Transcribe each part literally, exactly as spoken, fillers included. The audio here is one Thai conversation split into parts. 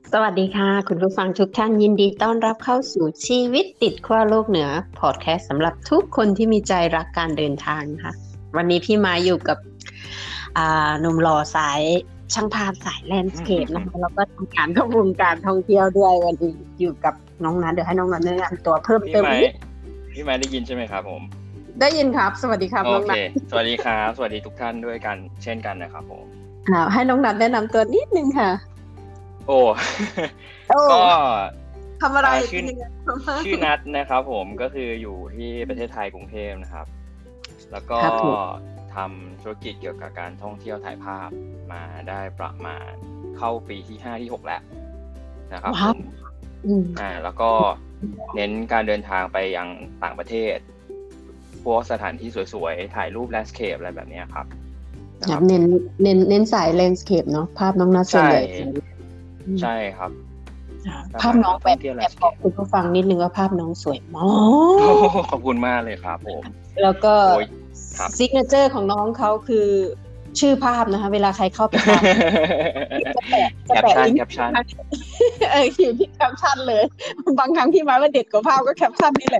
สวัสดีค่ะคุณผู้ฟังทุกท่านยินดีต้อนรับเข้าสู่ชีวิตติดขั้วโลกเหนือพอดแคสต์สำหรับทุกคนที่มีใจรักการเดินทางค่ะวันนี้พี่มาอยู่กับอ่าหนุ่มหล่อสายช่างภาพสายแลนด์สเคปนะคะแล้วก็ทำงานกับวงการท่องเที่ยวด้วยวันนี้อยู่กับน้องนัทเดี๋ยวให้น้องนัทแนะนำตัวเพิ่มเติมพี่ไม้พี่ไม้ได้ยินใช่ไหมครับผมได้ยินครับสวัสดีครับน้องนัทสวัสดีครับสวัสดีทุกท่านด้วยกันเช่นกันนะครับผมให้น้องนัทแนะนำตัวนิดนึงค่ะโอ้ก็ทำอะไรชื่อชื่อนัทนะครับผมก็คืออยู่ที่ประเทศไทยกรุงเทพนะครับแล้วก็ทำธุรกิจเกี่ยวกับการท่องเที่ยวถ่ายภาพมาได้ประมาณเข้าปีที่ห้าที่หกแล้วนะครับผมอ่าแล้วก็เน้นการเดินทางไปยังต่างประเทศพวกสถานที่สวยๆถ่ายรูปแลนด์สเคปอะไรแบบนี้ครับเน้นเน้นเน้นสายแลนด์สเคปเนาะภาพน้องนัทส่วนใหญ่ใช่ครับภาพน้องแบบแอบบอกคุณผู้ฟังนิดนึงว่าภาพน้องสวยมากขอบคุณมากเลยครับผมแล้วก็ซิกเนเจอร์ของน้องเขาคือชื่อภาพนะคะเวลาใครเข้าไปตามจะแปะแคปชั่นเอออยู่ที่แคปชั่นเลยบางครั้งที่มาว่าเด็ดกว่าภาพก็แคปชั่นนี่แหละ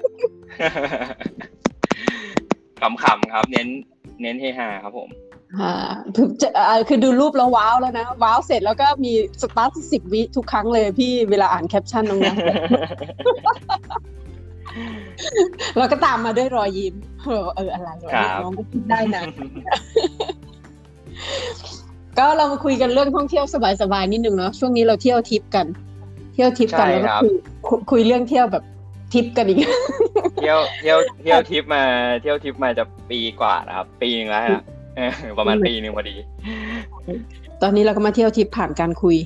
ขำๆครับเน้นเน้นเฮฮาครับผมอ่าคือดูรูปแล้วว้าวแล้วนะว้าวเสร็จแล้วก็มีสตาร์ทสิบวิทุกครั้งเลยพี่เวลาอ่านแคปชั่นตรงนั้นแล้วก็ตามมาด้วยรอยยิ้มเออเอออะไรวะน้องก็คิดได้นะก็เรามาคุยกันเรื่องท่องเที่ยวสบายๆนิดนึงเนาะช่วงนี้เราเที่ยวทริปกันเที่ยวทริปกันแล้วก็คุยคุยเรื่องเที่ยวแบบทริปกันอีกเที่ยวเที่ยวเที่ยวทริปมาเที่ยวทริปมาจะปีกว่านะครับปีนึงแล้วฮะประมาณปีนึงพอดีตอนนี้เราก็มาเที่ยวทริปผ่านการคุย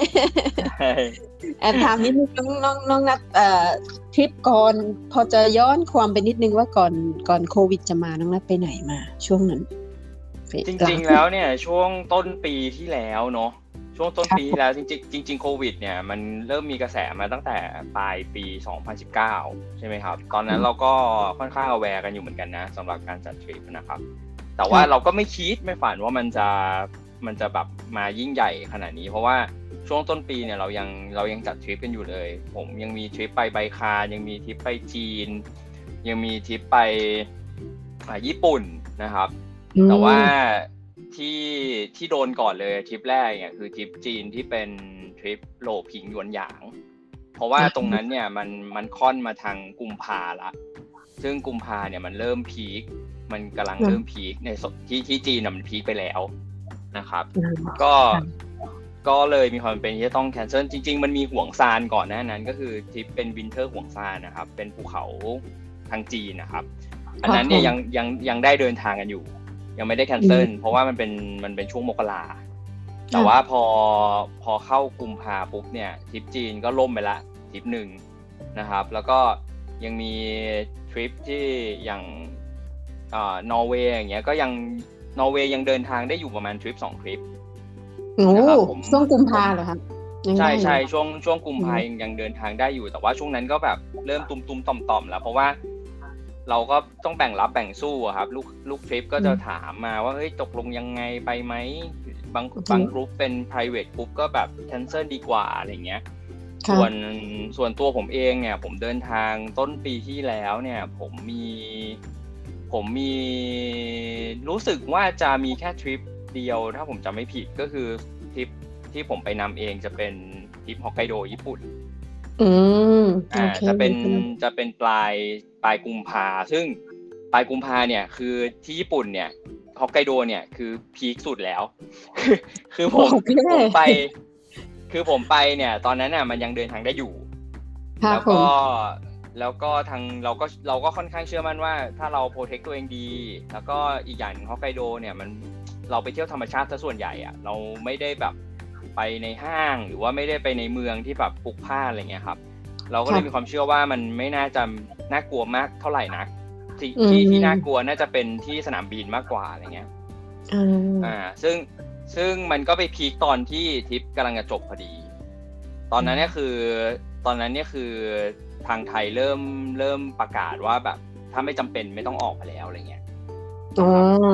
แอบถามนิดนึงน้องน้องน้องนัดเอ่อทริปก่อนพอจะย้อนความไปนิดนึงว่าก่อนก่อนโควิดจะมาน้องนัดไปไหนมาช่วงนั้นจริงๆแล้วเนี่ยช่วงต้นปีที่แล้วเนาะช่วงต้นปีที่แล้วจริงๆจริงๆโควิดเนี่ยมันเริ่มมีกระแสมาตั้งแต่ปลายปีสองพันสิบเก้าใช่ไหมครับตอนนั้นเราก็ค่อนข้างอแวร์กันอยู่เหมือนกันนะสำหรับการจัดทริปนะครับแต่ว่าเราก็ไม่คิดไม่ฝันว่ามันจะมันจะแบบมายิ่งใหญ่ขนาดนี้เพราะว่าช่วงต้นปีเนี่ยเรายังเรายังจัดทริปกันอยู่เลยผมยังมีทริปไปไบคายังมีทริปไปจีนยังมีทริปไปญี่ปุ่นนะครับแต่ว่าที่ที่โดนก่อนเลยทริปแรกเนี่ยคือทริปจีนที่เป็นทริปโหลผิงหยวนหยางเพราะว่าตรงนั้นเนี่ยมันมันค่อนมาทางกุมภาละซึ่งกุมภาเนี่ยมันเริ่มพีคมันกำลังเริ่มพีคในที่ที่จีนมันพีคไปแล้วนะครับก็ก็เลยมีความเป็นที่จะต้องแคนเซิลจริงๆมันมีห่วงซานก่อนหน้านั้นก็คือทริปเป็นวินเทอร์ห่วงซานนะครับเป็นภูเขาทางจีนนะครับอันนั้นเนี่ยยังยังยังได้เดินทางกันอยู่ยังไม่ได้แคนเซิลเพราะว่ามันเป็นมันเป็นช่วงมกราแต่ว่าพอพอเข้ากุมภาปุ๊บเนี่ยทริปจีนก็ล่มไปละทริปหนึ่งนะครับแล้วก็ยังมีทริปที่อย่างอ่านอร์เวย์อย่างเงี้ยก็ยังนอร์เวย์ยังเดินทางได้อยู่ประมาณทริปสองทริปนะครับผมช่วงกุมภาเหรอครับใช่ใช่ช่วงช่วงกุมภายังยังเดินทางได้อยู่แต่ว่าช่วงนั้นก็แบบเริ่มตุ้มตุ้มต่อมต่อมแล้วเพราะว่าเราก็ต้องแบ่งรับแบ่งสู้ครับลูกลูกทริปก็จะถามมาว่าเฮ้ยตกลงยังไงไปไหมบางบางกรุ๊ปเป็น private group ก็แบบ cancel ดีกว่าอะไรเงี้ยส่วนส่วนตัวผมเองเนี่ยผมเดินทางต้นปีที่แล้วเนี่ยผมมีผมมีรู้สึกว่าจะมีแค่ทริปเดียวถ้าผมจำไม่ผิดก็คือทริปที่ผมไปนำเองจะเป็นทริปฮอกไกโดญี่ปุ่นอืมอ่าจะเป็นจะเป็นปลายปลายกุมภาซึ่งปลายกุมภาเนี่ยคือที่ญี่ปุ่นเนี่ยฮอกไกโดเนี่ยคือพีคสุดแล้วคือผมผมไปคือผมไปเนี่ยตอนนั้นน่ะมันยังเดินทางได้อยู่แล้วก็แล้วก็ทางเราก็เราก็ค่อนข้างเชื่อมั่นว่าถ้าเราโปรเทคตัวเองดีแล้วก็อีกอย่างฮอกไกโดเนี่ยมันเราไปเที่ยวธรรมชาติซะส่วนใหญ่อ่ะเราไม่ได้แบบไปในห้างหรือว่าไม่ได้ไปในเมืองที่แบบพลุกพล่านอะไรเงี้ยครับเราก็เลยมีความเชื่อว่ามันไม่น่าจะน่ากลัวมากเท่าไหร่นักที่ที่ที่น่ากลัวน่าจะเป็นที่สนามบินมากกว่าอะไรเงี้ยอ่าซึ่งซึ่งมันก็ไปพีคตอนที่ทริปกำลังจะจบพอดีตอนนั้นเนี่ยคือตอนนั้นเนี่ยคือทางไทยเริ่มเริ่มประกาศว่าแบบถ้าไม่จำเป็นไม่ต้องออกมาแล้วอะไรเงี้ยอ๋อ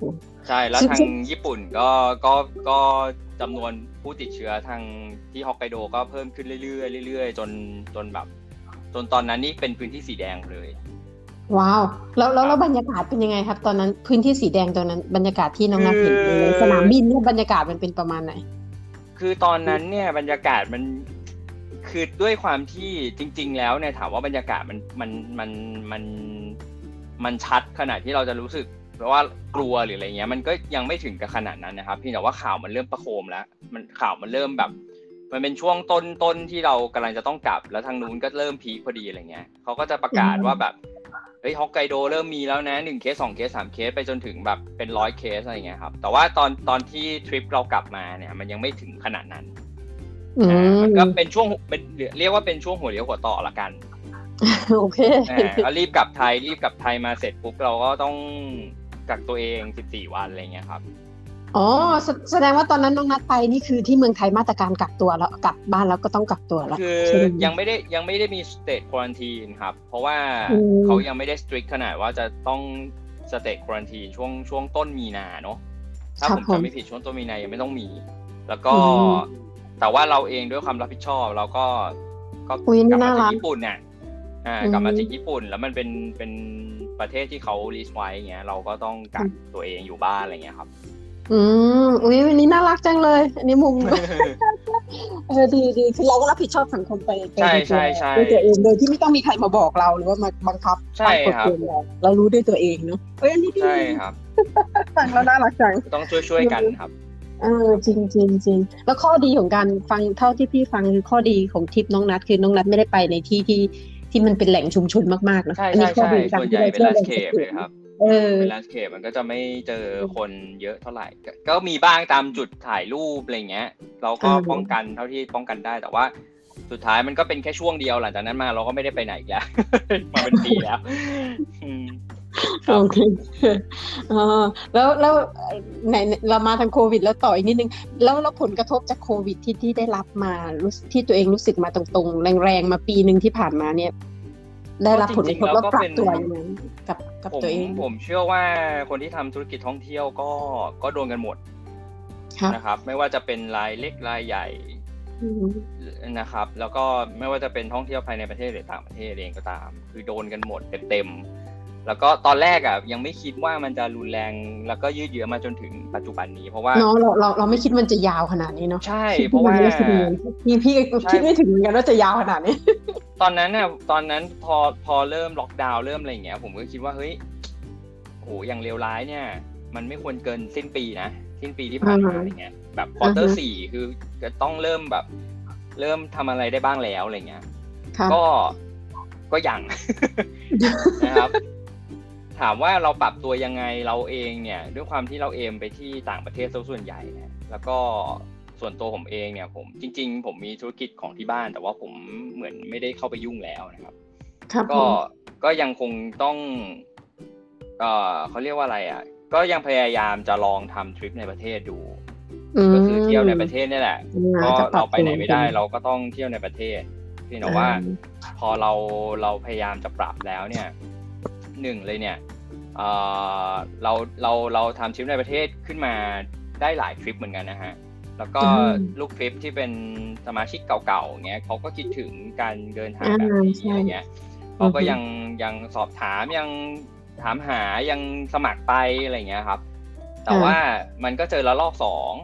ใช่แล้วทางญี่ปุ่นก็ก็ก็จำนวนผู้ติดเชื้อทางที่ฮอกไกโดก็เพิ่มขึ้นเรื่อยๆเรื่อยๆจนจนแบบจนตอนนั้นนี่เป็นพื้นที่สีแดงเลยว้าวแล้วแล้วแล้วบรรยากาศเป็นยังไงครับตอนนั้นพื้นที่สีแดงตอนนั้นบรรยากาศที่น้องนัทเห็นเลยสนามบินเนี่ยบรรยากาศมันเป็นประมาณไหนคือตอนนั้นเนี่ยบรรยากาศมันคือด้วยความที่จริงๆแล้วเนี่ยถามว่าบรรยากาศมันมันมันมันมันชัดขนาดที่เราจะรู้สึกเพราะว่ากลัวหรืออะไรเงี้ยมันก็ยังไม่ถึงกับขนาดนั้นนะครับเพียงแต่ว่าข่าวมันเริ่มประโคมแล้วมันข่าวมันเริ่มแบบมันเป็นช่วงต้นต้นที่เรากำลังจะต้องกลับแล้วทางนู้นก็เริ่มพีคพอดีอะไรเงี้ยเขาก็จะประกาศว่าแบบเฮ้ยฮอกไกโดเริ่มมีแล้วนะหนึ่งเคสสองเคสสามเคสไปจนถึงแบบเป็นร้อยเคสอะไรเงี้ยครับแต่ว่าตอนตอนที่ทริปเรากลับมาเนี่ยมันยังไม่ถึงขนาดนั้นอ่ามันก็เป็นช่วงเป็นเรียกว่าเป็นช่วงหัวเลี้ยวหัวต่อละกันโอเคอ่ารีบกลับไทยรีบกลับไทยมาเสร็จปุ๊บเราก็ต้องกักตัวเองสิบสี่วันอะไรเงี้ยครับอ๋อแสดงว่าตอนนั้นน้องนัดไปนี่คือที่เมืองไทยมาตรการกักตัวแล้วกลับบ้านแล้วก็ต้องกักตัวแล้วคือยังไม่ได้ยังไม่ได้มี state quarantine ครับเพราะว่าเขายังไม่ได้ strict ขนาดว่าจะต้อง state quarantine ช่วงช่วงต้นมีนาเนาะถ้าผมจำไม่ผิดช่วงต้นมีนายังไม่ต้องมีแล้วก็แต่ว่าเราเองด้วยความรับผิดชอบเราก็ก็กลับมาจากญี่ปุ่นเนี่ยอ่ากลับมาจากญี่ปุ่นแล้วมันเป็นเป็นประเทศที่เขาลิสต์ไว้อย่างเงี้ยเราก็ต้องกักตัวเองอยู่บ้านอะไรเงี้ยครับอืมอุ้ยวันนี้น่ารักจังเลยอันนี้มุมเออดีดีคือเราก็รับผิดชอบสังคมไปไปด้วยตัวเองโดยที่ไม่ต้องมีใครมาบอกเราหรือว่ามาบังคับตั้งกฎเกณฑ์เราเรารู้ด้วยตัวเองเนาะเอ้ยอันนี้ดีใช่ครับฟังแล้วน่ารักจังต้องช่วยช่วยกันครับเออจริงจริงจริงแล้วข้อดีของการฟังเท่าที่พี่ฟังคือข้อดีของทริปน้องนัทคือน้องนัทไม่ได้ไปในที่ที่ที่มันเป็นแหล่งชุมชนมากๆนะใช่ใช่ใช่ส่วนใหญ่เป็นแลนด์สเคปเลยครับเป็นแลนด์สเคปมันก็จะไม่เจอคนเยอะเท่าไหร่ก็มีบ้างตามจุดถ่ายรูปอะไรเงี้ยเราก็ป้องกันเท่าที่ป้องกันได้แต่ว่าสุดท้ายมันก็เป็นแค่ช่วงเดียวหลังจากนั้นมาเราก็ไม่ได้ไปไหนอีกแล้วมาเป็นปีแล้วโอเคอ๋อแล้วแล้วไหนเรามาทางโควิดแล้วต่ออีกนิดนึงแล้วแล้วผลกระทบจากโควิดที่ที่ได้รับมาที่ตัวเองรู้สึกมาตรงๆแรงๆมาปีนึงที่ผ่านมาเนี่ยได้รับผลกระทบแล้วปรับตัวยังไงกับกับตัวเองผมเชื่อว่าคนที่ทำธุรกิจท่องเที่ยวก็ก็โดนกันหมดนะครับไม่ว่าจะเป็นรายเล็กรายใหญ่นะครับแล้วก็ไม่ว่าจะเป็นท่องเที่ยวภายในประเทศหรือต่างประเทศเองก็ตามคือโดนกันหมดเต็มๆแล้วก็ตอนแรกอ่ะยังไม่คิดว่ามันจะรุนแรงแล้วก็ยืดเยื้อมาจนถึงปัจจุบันนี้เพราะว่าเนาะเราเราเราไม่คิดมันจะยาวขนาดนี้เนาะใช่เพราะว่าพี่พี่คิดไม่ถึงเหมือนกันว่าจะยาวขนาดนี้ตอนนั้นน่ะตอนนั้นพอพอเริ่มล็อกดาวน์เริ่มอะไรอย่างเงี้ยผมก็คิดว่าเฮ้ยโหอย่างเลวร้ายเนี่ยมันไม่ควรเกินสิ้นปีนะสิ้นปีที่ผ่านมาอะไรเงี้ยแบบควอเตอร์สี่คือจะต้องเริ่มแบบเริ่มทำอะไรได้บ้างแล้วอะไรเงี้ยก็ก็ยังนะครับถามว่าเราปรับตัวยังไงเราเองเนี่ยด้วยความที่เราเอมไปที่ต่างประเทศส่วนใหญ่เนี่ยแล้วก็ส่วนตัวผมเองเนี่ยผมจริงๆผมมีธุรกิจของที่บ้านแต่ว่าผมเหมือนไม่ได้เข้าไปยุ่งแล้วนะครับก็ก็ยังคงต้องเอ่อเขาเรียกว่าอะไรอ่ะก็ยังพยายามจะลองทำทริปในประเทศดูก็คือเที่ยวในประเทศนี่แหละก็เราไปไหนไม่ได้เราก็ต้องเที่ยวในประเทศเพียงแต่ว่าพอเราเราพยายามจะปรับแล้วเนี่ยหนึ่งเลยเนี่ยเอ่อเราเราเราทำทริปในประเทศขึ้นมาได้หลายทริปเหมือนกันนะฮะแล้วก็ลูกทริปที่เป็นสมาชิกเก่าๆเงี้ยเขาก็คิดถึงการเดินทางแบบนี้อะไรเงี้ยเขาก็ยังยังสอบถามยังถามหายังสมัครไปอะไรเงี้ยครับแต่ว่ามันก็เจอละลอกสอง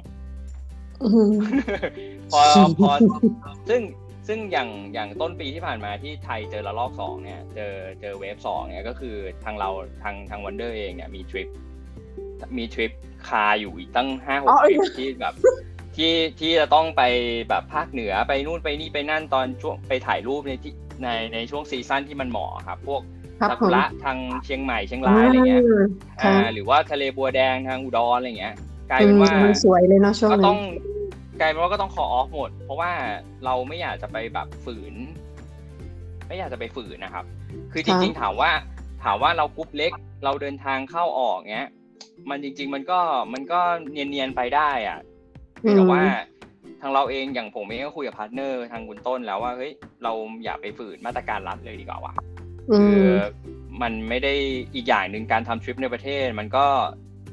พอพอซึ่งซึ่งอย่างอย่างต้นปีที่ผ่านมาที่ไทยเจอละลอกสองเนี่ยเจอเจอเวฟสองเนี่ยก็คือทางเราทางทางวันเดอร์เองเนี่ยมีทริปมีทริปคาอยู่อีกตั้ง ห้าหก ทริปที่แบบที่ที่จะต้องไปแบบภาคเหนือไปนู่นไปนี่ไปนั่นตอนช่วงไปถ่ายรูปในที่ในในช่วงซีซั่นที่มันเหมาะครับพวกซากุระทางเชียงใหม่เชียงรายอะไรเงี้ยอ่าหรือว่าทะเลบัวแดงทางอุดรอะไรเงี้ยกลายเป็นว่าสวยเลยเนาะช่วงนี้ก็ต้องกลายเป็นว่าก็ต้องขอออฟหมดเพราะว่าเราไม่อยากจะไปแบบฝืนไม่อยากจะไปฝืนนะครับคือจริงๆถามว่าถามว่าเรากรุ๊ปเล็กเราเดินทางเข้าออกเงี้ยมันจริงๆมันก็มันก็เนียนๆไปได้อ่ะแต่ว่าทางเราเองอย่างผมเองก็คุยกับพาร์ทเนอร์ทางคุณต้นแล้วว่าเฮ้ยเราอย่าไปฝืนมาตรการรัฐเลยดีกว่าว่ะคือมันไม่ได้อีกอย่างนึงการทำทริปในประเทศมันก็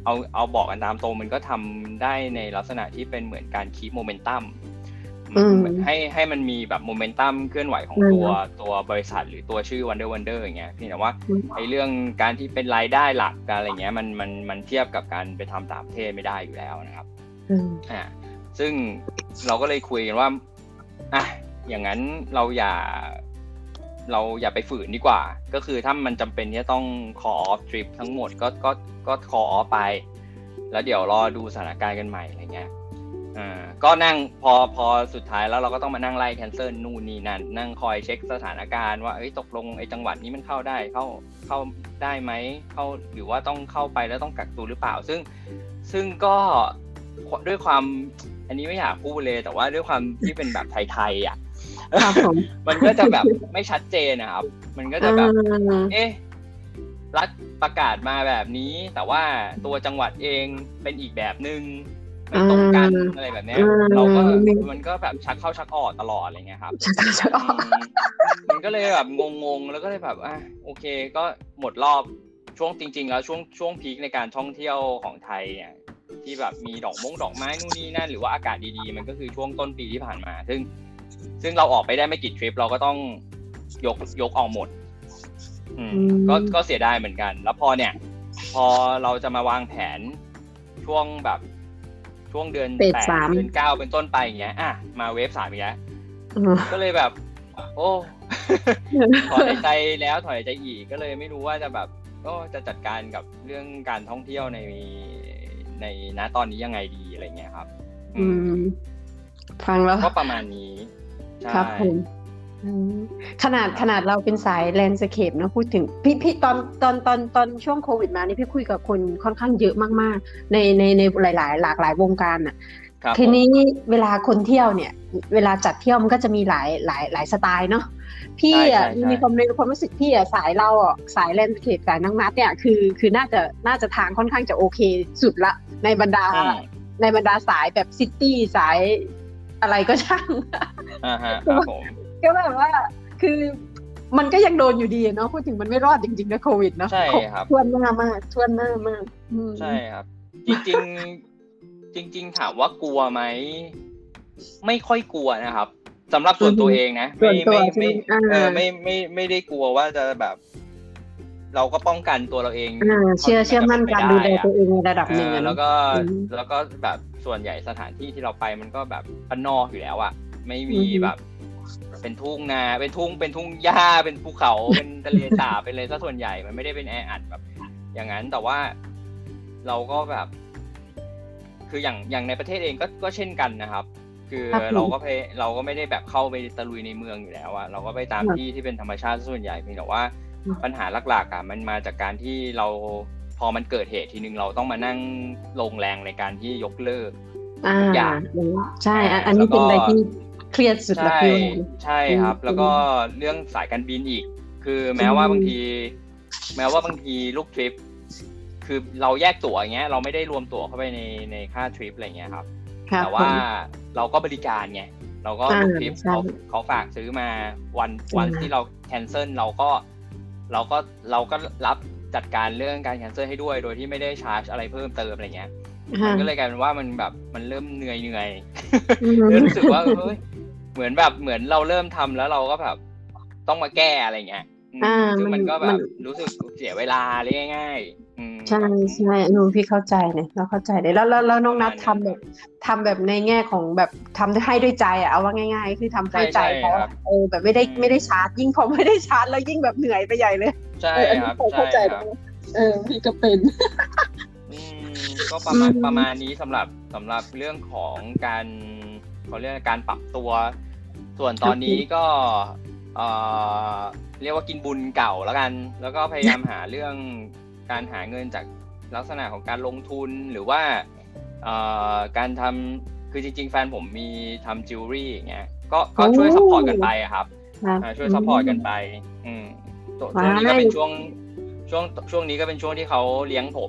เอาเอาบอกกันตามตรงมันก็ทำได้ในลักษณะที่เป็นเหมือนการคีปโมเมนตัมให้ให้มันมีแบบโมเมนตัมเคลื่อนไหวของตัวตัวบริษัทหรือตัวชื่อ Wonder Wonder อย่างเงี้ยพี่แต่ว่าไอ้เรื่องการที่เป็นรายได้หลักอะไรเงี้ยมันมันมันเทียบกับการไปทำต่างประเทศไม่ได้อยู่แล้วนะครับอ่าซึ่งเราก็เลยคุยกันว่าอ่ะอย่างนั้นเราอย่าเราอย่าไปฝืนดีกว่าก็คือถ้ามันจำเป็นที่จะต้อง call off trip ทั้งหมดก็ก็ก็ call off ไปแล้วเดี๋ยวรอดูสถานการณ์กันใหม่อะไรเงี้ยอ่าก็นั่งพอพอสุดท้ายแล้วเราก็ต้องมานั่งไล่แคนเซิลนู่นนี่นั่นนั่งคอยเช็คสถานการณ์ว่าเอ้ยตกลงไอ้จังหวัดนี้มันเข้าได้เข้าเข้าได้ไหมเข้าหรือว่าต้องเข้าไปแล้วต้องกักตัวหรือเปล่าซึ่งซึ่งก็ด้วยความอันนี้ไม่อยากพูดเลยแต่ว่าด้วยความที่เป็นแบบไทยๆอ่ะมันก็จะแบบไม่ชัดเจนนะครับมันก็จะแบบเอ๊ะรัฐประกาศมาแบบนี้แต่ว่าตัวจังหวัดเองเป็นอีกแบบนึงไม่ตรงกันอะไรแบบนี้เราก็มันก็แบบชักเข้าชักออกตลอดอะไรเงี้ยครับชักเข้าชักออกมันก็เลยแบบงงๆแล้วก็เลยแบบอ่ะโอเคก็หมดรอบช่วงจริงๆแล้วช่วงช่วงพีคในการท่องเที่ยวของไทยเนี่ยที่แบบมีดอกมงดอกไม้นู่นนี่นั่นหรือว่าอากาศดีๆมันก็คือช่วงต้นปีที่ผ่านมาซึ่งซึ่งเราออกไปได้ไม่กี่ทริปเราก็ต้องยกยกออกหมดอืมก็ก็เสียดายเหมือนกันแล้วพอเนี่ยพอเราจะมาวางแผนช่วงแบบช่วงเดือนแปดเดือนเก้าเป็นต้นไปอย่างเงี้ยอ่ะมาเวฟสามอีกแล้วก็เลยแบบโอ้ถอนหายใจแล้วถอนหายใจอีกก็เลยไม่รู้ว่าจะแบบก็จะจัดการกับเรื่องการท่องเที่ยวในในณตอนนี้ยังไงดีอะไรเงี้ยครับอืมฟังแล้วก็ประมาณนี้ครับผมขนาดขนาดเราเป็นสายแลนด์สเคปนะพูดถึงพี่พี่ตอนตอนตอนตอนช่วงโควิดมานี่พี่คุยกับคนค่อนข้างเยอะมากๆในในในหลายๆหลากหลายวงการอ่ะทีนี้เวลาคนเที่ยวเนี่ยเวลาจัดเที่ยวมันก็จะมีหลายหลายหลายสไตล์เนาะพี่อ่ะมีความในความรู้สึกพี่อ่ะสายเราอ่ะสายแลนด์สเคปสายน้องนัทเนี่ยคือคือน่าจะน่าจะทางค่อนข้างจะโอเคสุดละในบรรดาในบรรดาสายแบบซิตี้สายอะไรก็ช่างอ่าฮะครับผมก็แบบว่าคือมันก็ยังโดนอยู่ดีเนาะพูดถึงมันไม่รอดจริงๆนะโควิดเนาะใช่ครับทวนหน้ามากทวนหน้ามากใช่ครับจริงๆจริงๆถามว่ากลัวไหมไม่ค่อยกลัวนะครับสำหรับส่วนตัวเองนะไม่ไม่ไม่เออไม่ไม่ไม่ได้กลัวว่าจะแบบเราก็ป้องกันตัวเราเองเชื่อเชื่อมั่นการดูแลตัวเองในระดับหนึ่งแล้วก็แล้วก็แบบส่วนใหญ่สถานที่ที่เราไปมันก็แบบบ้านนอกอยู่แล้วอ่ะไม่มีแบบเป็นทุ่งนาเป็นทุ่งเป็นทุ่งหญ้าเป็นภูเขาเป็นทะเลสาบเป็นอะไรซะส่วนใหญ่มันไม่ได้เป็นแออัดแบบอย่างนั้นแต่ว่าเราก็แบบคืออย่างอย่างในประเทศเองก็ก็เช่นกันนะครับคือเราก็ไปเราก็ไม่ได้แบบเข้าไปตะลุยในเมืองอยู่แล้วอะเราก็ไปตามที่ที่เป็นธรรมชาติส่วนใหญ่เพียงแต่ว่าปัญหาหลักๆอ่ะมันมาจากการที่เราพอมันเกิดเหตุทีนึงเราต้องมานั่งลงแรงในการที่ยกเลิกทุกอย่างใช่อันนี้เป็นอะไรที่เครียดสุดละพี่ใช่ครับแล้วก็เรื่องสายการบินอีกคือแม้ว่าบางทีแม้ว่าบางทีลูกทริปคือเราแยกตั๋วอย่างเงี้ยเราไม่ได้รวมตั๋วเข้าไปในในค่าทริปอะไรเงี้ยครับแต่ว่าเราก็บริการไงเราก็ลูกทริปเขาเขาฝากซื้อมาวันวันที่เราแคนเซิลเราก็เราก็เราก็รับจัดการเรื่องการแคนเซิลให้ด้วยโดยที่ไม่ได้ชาร์จอะไรเพิ่มเติมอะไรเงี้ยมันก็เลยกลายเป็นว่ามันแบบมันเริ่มเหนื่อยเหนื่อยรู้สึกว่าเฮ้ยเหมือนแบบเหมือนเราเริ่มทำแล้วเราก็แบบต้องมาแก้อะไรเงี้ยซึ่งมันก็แบบรู้สึกเสียเวลาเลยง่ายๆใช่ใช่หนูพี่เข้าใจเลยเราเข้าใจเลยแล้วแล้วแล้วน้องนัททำแบบทำแบบในแง่ของแบบทำให้ด้วยใจอะเอาว่าง่ายๆคือทำให้ใจเขาเออแบบไม่ได้ไม่ได้ชาร์จยิ่งพอไม่ได้ชาร์จแล้วยิ่งแบบเหนื่อยไปใหญ่เลยใช่ครับเข้าใจเออพี่ก็เป็นก็ประมาณประมาณนี้สำหรับสำหรับเรื่องของการเขาเรียกการปรับตัวส่วนตอนนี้ก็เอ่อเรียกว่ากินบุญเก่าแล้วกันแล้วก็พยายามหาเรื่องการหาเงินจากลักษณะของการลงทุนหรือว่าเอ่อการทำคือจริงๆแฟนผมมีทำจิวเวลรี่อย่างเงี้ยก็ก็ช่วยซัพพอร์ตกันไปครับช่วยซัพพอร์ตกันไปอืมช่วงนี้ก็เป็นช่วงช่วงช่วงนี้ก็เป็นช่วงที่เขาเลี้ยงผม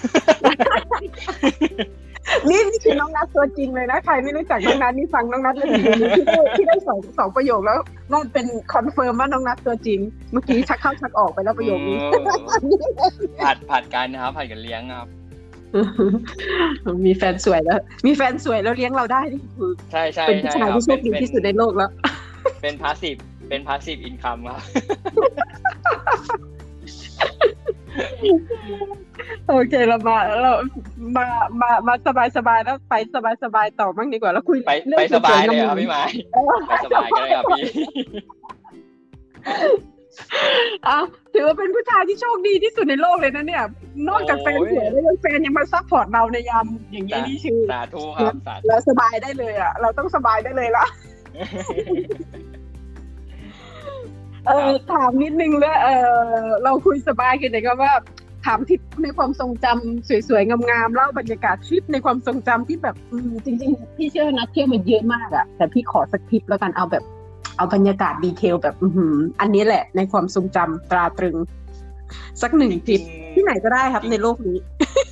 นี่นี่คือน้องนัทตัวจริงเลยนะใครไม่รู้จักน้องนัทนี่ฟังน้องนัทเลยที่ได้ที่ได้สองสองประโยคแล้วนั่นเป็นคอนเฟิร์มว่าน้องนัทตัวจริงเมื่อกี้ชักเข้าชักออกไปแล้วประโยคนี้ผัดผัดกันนะครับผัดกันเลี้ยงครับมีแฟนสวยแล้วมีแฟนสวยแล้วเลี้ยงเราได้นี่คือใช่ใช่เป็นผู้ใช่ชายครับที่โชเป็คน ดีเป็นที่สุดในโลกแล้วเป็นพาสซีฟเป็นพาสซีฟอินคัมครับโอเคเรามาเรามามามาสบายสบายแล้วไปสบายสบายต่อบ้างดีกว่าแล้วคุยไปเรื่ไปองสบายสวยๆเลยงาครับมพี่ไม้ๆไปสบายก็ได้ครับพี่อ้าวถือว่าเป็นผู้ชายที่โชคดีที่สุดในโลกเลยนะเนี่ยนอกจากแฟนโอ้ยสวยแล้วยังแฟนยังมาซัพพอร์ตเราในยามอย่างนี้สานี่ชื่อสาธุครับสาธุเราสบายได้เลยอ่ะเราต้องสบายได้เลยละเออถามนิดนึงแล้วเออเราคุยสบายกันเลยก็ว่าถามทริปในความทรงจำสวยๆงามๆเล่าบรรยากาศทริปในความทรงจำที่แบบอืมจริงๆพี่เชื่อนะเที่ยวมันเยอะมากอ่ะแต่พี่ขอสักทริปแล้วกันเอาแบบเอาบรรยากาศดีเทลแบบอือหืออันนี้แหละในความทรงจำตราตรึงสักหนึ่งทริปที่ไหนก็ได้ครับในโลกนี้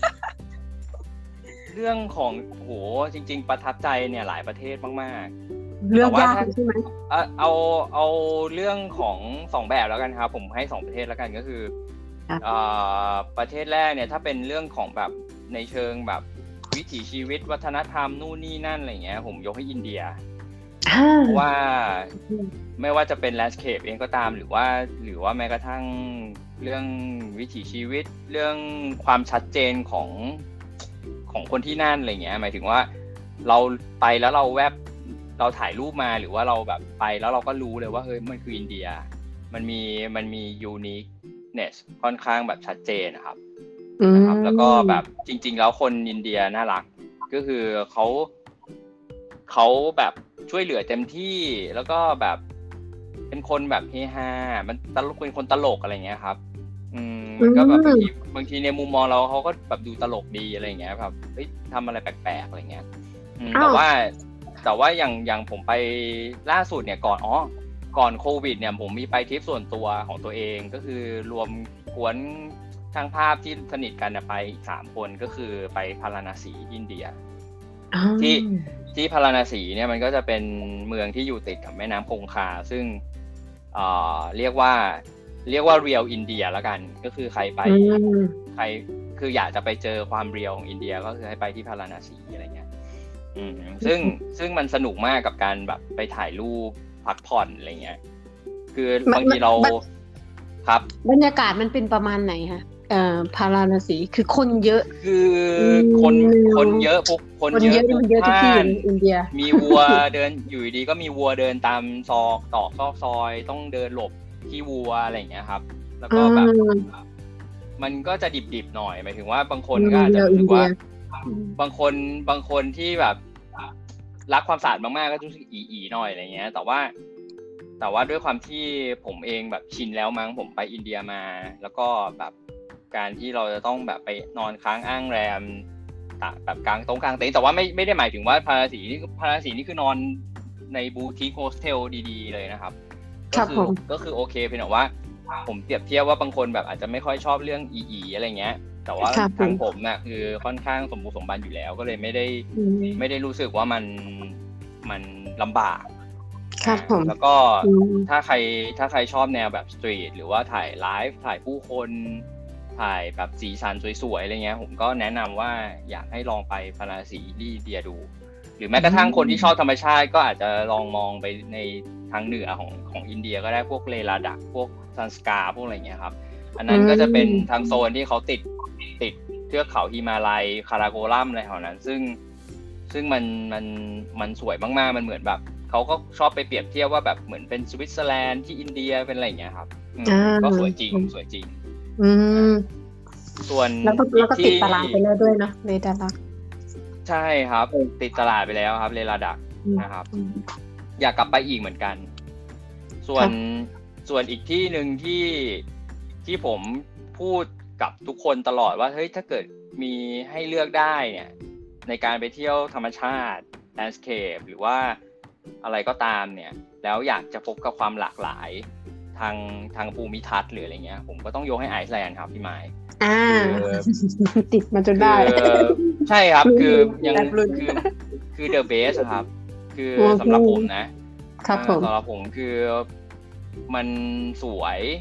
เรื่องของโหจริง ๆ ประทับใจเนี่ยหลายประเทศมากๆเลือกแต่ว่ายากถ้าใช่ไหมเอาเอาเอาเรื่องของสองแบบแล้วกันครับผมให้สองประเทศแล้วกันก็คือครับเอ่อประเทศแรกเนี่ยถ้าเป็นเรื่องของแบบในเชิงแบบวิถีชีวิตวัฒนธรรมนู่นนี่นั่นอะไรเงี้ยผมยกให้อินเดียอ่าเพราะว่าไม่ว่าจะเป็นแลนด์สเคปเองก็ตามหรือว่าหรือว่าแม้กระทั่งเรื่องวิถีชีวิตเรื่องความชัดเจนของของคนที่นั่นอะไรเงี้ยหมายถึงว่าเราไปแล้วเราแวบเราถ่ายรูปมาหรือว่าเราแบบไปแล้วเราก็รู้เลยว่าเฮ้ยมันคืออินเดียมันมีมันมียูนิคเนสค่อนข้างแบบชัดเจนนะครับอืมนะครับแล้วก็แบบจริงๆแล้วคนอินเดียน่ารักก็คือเขาเขาแบบช่วยเหลือเต็มที่แล้วก็แบบเป็นคนแบบเฮฮามันตลกเป็นคนตลกอะไรเงี้ยครับอืมมันก็แบบบางทีบางทีในมุมมองเราเขาก็แบบดูตลกดีอะไรเงี้ยครับเฮ้ยทำอะไรแปลกๆอะไรเงี้ยอืมแต่ว่าแต่ว่าอย่างอย่างผมไปล่าสุดเนี่ยก่อนอ๋อก่อนโควิดเนี่ยผมมีไปทริปส่วนตัวของตัวเองก็คือรวมกวนช่างภาพที่สนิทกันไปอีกสามคนก็คือไปพาราณสีอินเดียที่ที่พาราณสีเนี่ยมันก็จะเป็นเมืองที่อยู่ติดกับแม่น้ำคงคาซึ่งเอ่อเรียกว่าเรียกว่าเรียลอินเดียแล้วกันก็คือใครไปใครคืออยากจะไปเจอความเรียลของอินเดียก็คือให้ไปที่พาราณสีอะไรเงี้ยอืมซึ่งซึ่งมันสนุกมากกับการแบบไปถ่ายรูปพักผ่อนอะไรเงี้ยคือบางทีเราครับบรรยากาศมันเป็นประมาณไหนคะเอ่อพาราณสีคือคนเยอะคือคนคนเยอะพวกคนเยอะมันเยอะทุกที่ในอินเดียมีวัวเดินอยู่ดีก็มีวัวเดินตามซอกตอกซอกซอยต้องเดินหลบที่วัวอะไรอย่างเงี้ยครับแล้วก็แบบมันก็จะดิบๆหน่อยหมายถึงว่าบางคนก็อาจจะรู้สึกว่าบางคนบางคนที่แบบรักความสะอาดมากๆก็รู้สึกอีๆหน่อยอะไรเงี้ยแต่ว่าแต่ว่าด้วยความที่ผมเองแบบชินแล้วมั้งผมไปอินเดียมาแล้วก็แบบการที่เราจะต้องแบบไปนอนค้างอ้างแรมแบบกลางตรงกลางเต็นท์แต่ว่าไม่ไม่ได้หมายถึงว่าพาราสีนี่พาราสีนี่คือนอนในบูติคโฮสเทลดีๆเลยนะครับก็คือก็คือโอเคเพียงแต่ว่าผมเปรียบเทียบว่าบางคนแบบอาจจะไม่ค่อยชอบเรื่องอีๆอะไรเงี้ยแต่ว่าทางผมน่ะคือค่อนข้างสมบูรณ์สมบันอยู่แล้วก็เลยไม่ได้ไม่ได้รู้สึกว่ามันมันลำบากครับผมแล้วก็ถ้าใครถ้าใครชอบแนวแบบสตรีทหรือว่าถ่ายไลฟ์ถ่ายผู้คนถ่ายแบบสีสันสวยๆอะไรเงี้ยผมก็แนะนำว่าอยากให้ลองไปพาราณสีที่อินเดียดูหรือแม้กระทั่งคนที่ชอบธรรมชาติก็อาจจะลองมองไปในทางเหนือของของอินเดียก็ได้พวกเลลาดักพวกซันสกาพวกอะไรเงี้ยครับอันนั้นก็จะเป็นทางโซนที่เขาติดติดเทือกเขาฮิมาลัยคาราโกลัมอะไรแถวนั้นซึ่งซึ่งมันมันมันสวยมากๆมันเหมือนแบบเขาก็ชอบไปเปรียบเทียบว่าแบบเหมือนเป็นสวิตเซอร์แลนด์ที่อินเดียเป็นอะไรอย่างเงี้ยครับก็สวยจริงสวยจริงอืมส่วนแล้วก็แล้วก็ติดตลาดไปแล้วด้วยเนาะเลลาดักใช่ครับติดตลาดไปแล้วครับเลลาดักนะครับอยากกลับไปอีกเหมือนกันส่วนส่วนอีกที่หนึ่งที่ที่ผมพูดกับทุกคนตลอดว่าเฮ้ยถ้าเกิดมีให้เลือกได้เนี่ยในการไปเที่ยวธรรมชาติแลนด์สเคปหรือว่าอะไรก็ตามเนี่ยแล้วอยากจะพบกับความหลากหลายทางทางภูมิทัศน์หรืออะไรเงี้ยผมก็ต้องยกให้ไอซ์แลนด์ครับพี่ไม้อ่าติดมาจนได้ใช่ครับคือยังคือคือเดอะเบสครับคือสำหรับผมนะครับสำหรับผมคือมันสวย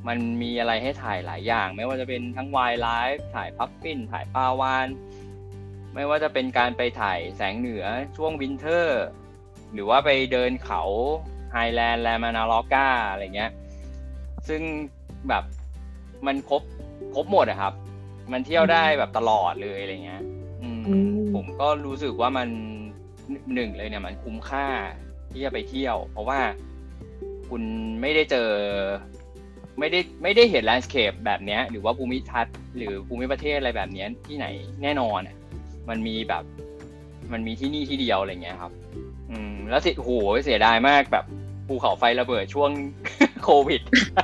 มันมีอะไรให้ถ่ายหลายอย่างไม่ว่าจะเป็นทั้งไวล์ไลฟ์ถ่ายพัฟฟินถ่ายปลาวาฬไม่ว่าจะเป็นการไปถ่ายแสงเหนือช่วงวินเทอร์หรือว่าไปเดินเขาไฮแลนด์แลมานาลอกาอะไรเงี้ยซึ่งแบบมันครบครบหมดอะครับมันเที่ยวได้แบบตลอดเลยอะไรเงี้ยอืมผมก็รู้สึกว่ามันหนึ่งเลยเนี่ยมันคุ้มค่าที่จะไปเที่ยวเพราะว่าคุณไม่ได้เจอไม่ได้ไม่ได้เห็นแลนด์สเคปแบบเนี้ยหรือว่าภูมิทัศน์หรือภูมิประเทศอะไรแบบเนี้ยที่ไหนแน่นอนอ่ะมันมีแบบมันมีที่นี่ที่เดียวอะไรเงี้ยครับอืมแล้วสิโหเสียดายมากแบบภูเขาไฟระเบิดช่วง โควิด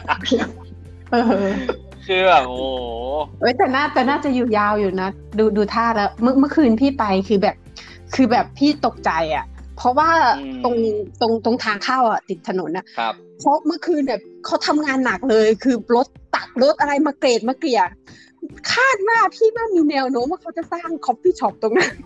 คือแบบโอ้เอ้ยแต่น่าแต่น่าจะอยู่ยาวอยู่นะดูดูท่าแล้วเมื่อเมื่อคืนพี่ไปคือแบบคือแบบพี่ตกใจอ่ะเพราะว่าตรงตรงตรงทางเข้าอ่ะติดถนนอ่ะเพราะเมื่อคืนแบบเขาทำงานหนักเลยคือรถตักรถอะไรมาเกรดมาเกลี่ยคาดว่าพี่ว่ามีแนวโน้มว่าเขาจะสร้างคอฟฟี่ช็อปตรงนั้น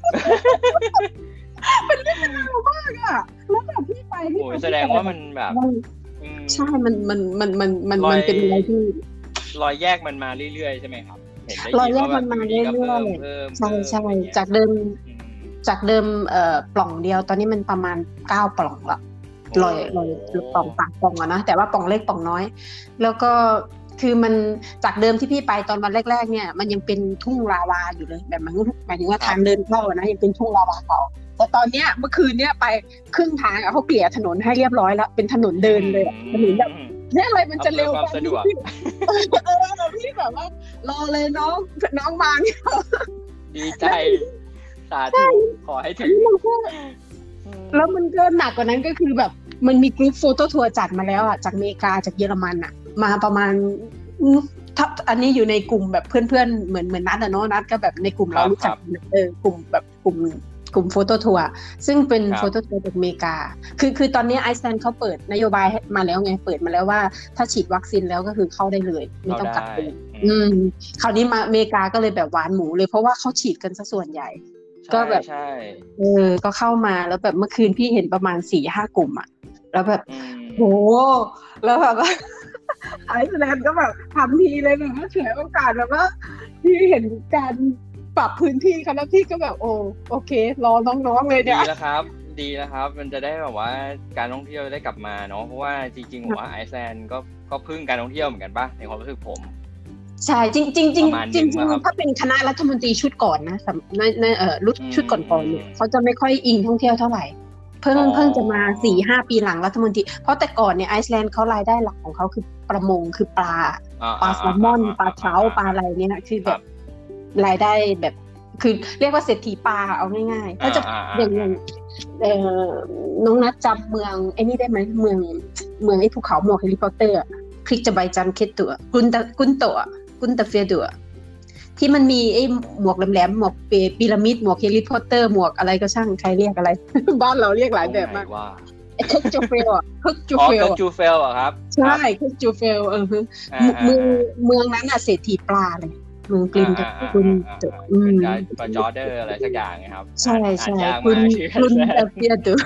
เป็นเรื่องเป็นราวมากอ่ะแล้วแบบพี่ไปพี่โอ้ยแสดงว่ามันแบบใช่มันมันมันมันมันมันเป็นอะไรที่รอยแยกมันมาเรื่อยๆใช่ไหมครับเห็นได้รอยแยกมันมาเรื่อยๆใช่ใช่จากเดิมจากเดิมเอ่อปล่องเดียวตอนนี้มันประมาณเก้าปล่องละลอยลอยปล่องปากปล่องอะนะแต่ว่าปล่องเล็กปล่องน้อยแล้วก็คือมันจากเดิมที่พี่ไปตอนวันแรกๆเนี่ยมันยังเป็นทุ่งลาวาอยู่เลยแบบมันหมายถึงว่าทางเดินเข้านะยังเป็นทุ่งลาวาเก่าแต่ตอนเนี้ยเมื่อคืนเนี้ยไปครึ่งทางเขาเกลี่ยถนนให้เรียบร้อยแล้วเป็นถนนเดินเลยถนนแบบเนี่ยอะไรมันจะเร็วกว่าสะดวกเออพี่แบบว่ารอเลยน้องน้องมาเนี่ยดีใจสาธุขอให้ถึงแล้วมันก็หนักกว่านั้นก็คือแบบมันมีกรุ๊ปโฟโต้ทัวร์จัดมาแล้วอ่ะจากอเมริกาจากเยอรมันอ่ะมาประมาณอันนี้อยู่ในกลุ่มแบบเพื่อนๆเหมือนเหมือนนัดอะเนาะนัดก็แบบในกลุ่มเรารู้จักเออกลุ่มแบบกลุ่มกลุ่มโฟโต้ทัวร์ซึ่งเป็นโฟโต้ทัวร์จากอเมริกาคือคือตอนนี้ไอซ์แลนด์เขาเปิดนโยบายมาแล้วไงเปิดมาแล้วว่าถ้าฉีดวัคซีนแล้วก็คือเข้าได้เลยไม่ต้องกักตัวอืมคราวนี้มาอเมริกาก็เลยแบบหวานหมูเลยเพราะว่าเขาฉีดกันซะส่วนใหญ่ก็แบบเออก็เข้ามาแล้วแบบเมื่อคืนพี่เห็นประมาณ สี่ห้ากลุ่มอ่ะแล้วแบบโหแล้วแบบว่าไอซ์แลนด์ก็แบบทำทีเลยแบบว่าเฉยโอกาสแบบว่าพี่เห็นการปรับพื้นที่ค่ะแล้วพี่ก็แบบโอ้โอเครอน้องๆเลยเนี่ยดีแล้วครับดีแล้วครับมันจะได้แบบว่าการท่องเที่ยวได้กลับมาเนาะเพราะว่าจริงๆผมว่าไอซ์แลนด์ก็ก็พึ่งการท่องเที่ยวเหมือนกันป่ะในความรู้สึกผมใช่จริงจริงจริงจริงถ้าเป็นคณะรัฐมนตรีชุดก่อนนะในในเอ่อรุ่นชุดก่อนๆเนี่ยเขาจะไม่ค่อยอิงท่องเที่ยวเท่าไหร่เพิ่งเพิ่งจะมา สี่ห้า ปีหลังรัฐมนตรีเพราะแต่ก่อนเนี่ยไอซ์แลนด์เขารายได้หลักของเขาคือประมงคือปลาปลาแซลมอนปลาเท้าปลาอะไรเนี่ยคือแบบรายได้แบบคือเรียกว่าเศรษฐีปลาเอาง่ายๆถ้าจะอย่างอย่างเอ่อน้องนัดจำเมืองไอ้นี่ได้ไหมเมืองเมืองไอ้ภูเขาหมวกเฮลิคอปเตอร์คลิกจะใบจันเคตัวกุนตะกุนโตะกุนตะเฟียดัวที่มันมีไอ้หมวกแหลมๆหมวกพีระมิดหมวกเฮลิคอปเตอร์หมวกอะไรก็ช่างใครเรียกอะไร บ้านเราเรียกหลายแบบมากเคิร์กจูเฟลอ่ะเคิร์กจูเฟลอ๋อเคิร์กจูเฟลอ่ะครับใช่เคิร์กจูเฟลเออเมืองเมืองนั้นอ่ะเศรษฐีปลาเลยเมืองกลินตะกุนตะอืมปลาจอร์เดอร์อะไรสักอย่างไงครับใช่ใช่คุณคุณตะเฟียดัว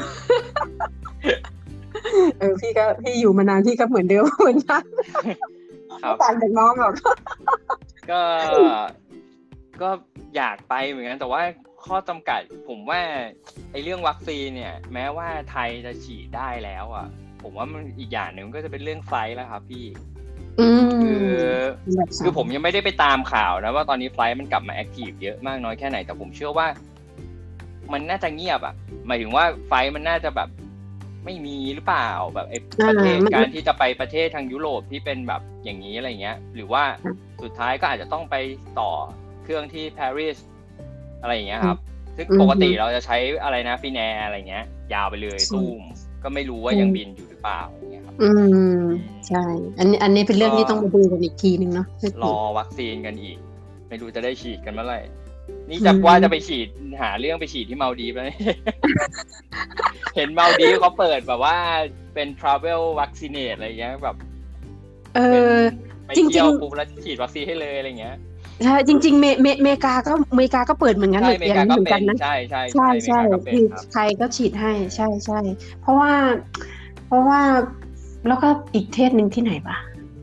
เออพี่ก็พี่อยู่มานานพี่ก็เหมือนเดิมเหมือนกันไม่ต่างจากน้องหรอกก็ก็อยากไปเหมือนกันแต่ว่าข้อจำกัดผมว่าไอ้เรื่องวัคซีนเนี่ยแม้ว่าไทยจะฉีดได้แล้วอ่ะผมว่ามันอีกอย่างหนึ่งก็จะเป็นเรื่องไฟล์แล้วครับพี่คือคือผมยังไม่ได้ไปตามข่าวนะว่าตอนนี้ไฟล์มันกลับมาแอคทีฟเยอะมากน้อยแค่ไหนแต่ผมเชื่อว่ามันน่าจะเงียบอ่ะหมายถึงว่าไฟล์มันน่าจะแบบไม่มีหรือเปล่าแบบไอ้ประเทศการที่จะไปประเทศทางยุโรปที่เป็นแบบอย่างนี้อะไรเงี้ยหรือว่าสุดท้ายก็อาจจะต้องไปต่อเครื่องที่ปารีสอะไรอย่างเงี้ยครับซึ่งปกติเราจะใช้อะไรนะฟินแอร์อะไรเงี้ยยาวไปเลยตุ้มก็ไม่รู้ว่ายังบินอยู่หรือเปล่าอย่างเงี้ยครับอืมใช่อันนี้อันนี้เป็นเรื่องที่ต้องมาดูกันอีกทีนึงเนาะรอวัคซีนกันอีกไม่รู้จะได้ฉีดกันเมื่อไหร่นี่จะว่าจะไปฉีดหาเรื่องไปฉีดที่มาลดีฟแล้วเห็นมาลดีฟเขาเปิดแบบว่าเป็น travel vaccinate อะไรเงี้ยแบบเออจริงๆไปเที่ยวปุ๊บแล้วฉีดวัคซีนให้เลยอะไรเงี้ยใช่จริงๆเมเมเมกาก็เมกาก็เปิดเหมือนกันเหมือนกันนะใช่ใช่ใช่ใช่คือใครก็ฉีดให้ใช่ใช่เพราะว่าเพราะว่าแล้วก็อีกเทศนึงที่ไหนปะ